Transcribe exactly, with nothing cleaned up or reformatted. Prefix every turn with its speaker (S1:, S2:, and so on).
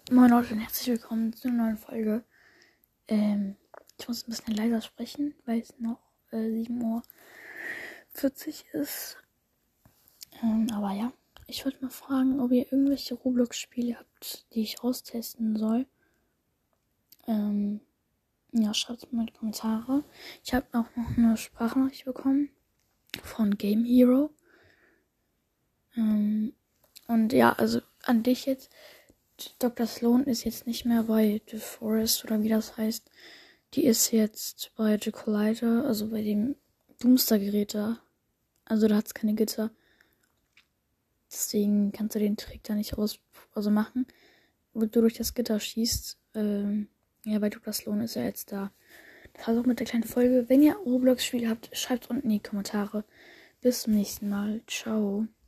S1: Moin Leute und herzlich willkommen zu einer neuen Folge. Ähm, ich muss ein bisschen leiser sprechen, weil es noch äh, sieben Uhr vierzig ist. Ähm, aber ja, ich wollte mal fragen, ob ihr irgendwelche Roblox-Spiele habt, die ich austesten soll. Ähm, ja, schreibt es mal in die Kommentare. Ich habe auch noch eine Sprachnachricht bekommen von Game Hero. Ähm, und ja, also an dich jetzt. Doktor Sloan ist jetzt nicht mehr bei The Forest oder wie das heißt. Die ist jetzt bei The Collider, also bei dem Doomster-Gerät da. Also da hat es keine Gitter. Deswegen kannst du den Trick da nicht aus, also machen, wo du durch das Gitter schießt. Ähm, ja, bei Doktor Sloan ist er jetzt da. Das war's auch mit der kleinen Folge. Wenn ihr Roblox-Spiele habt, schreibt unten in die Kommentare. Bis zum nächsten Mal. Ciao.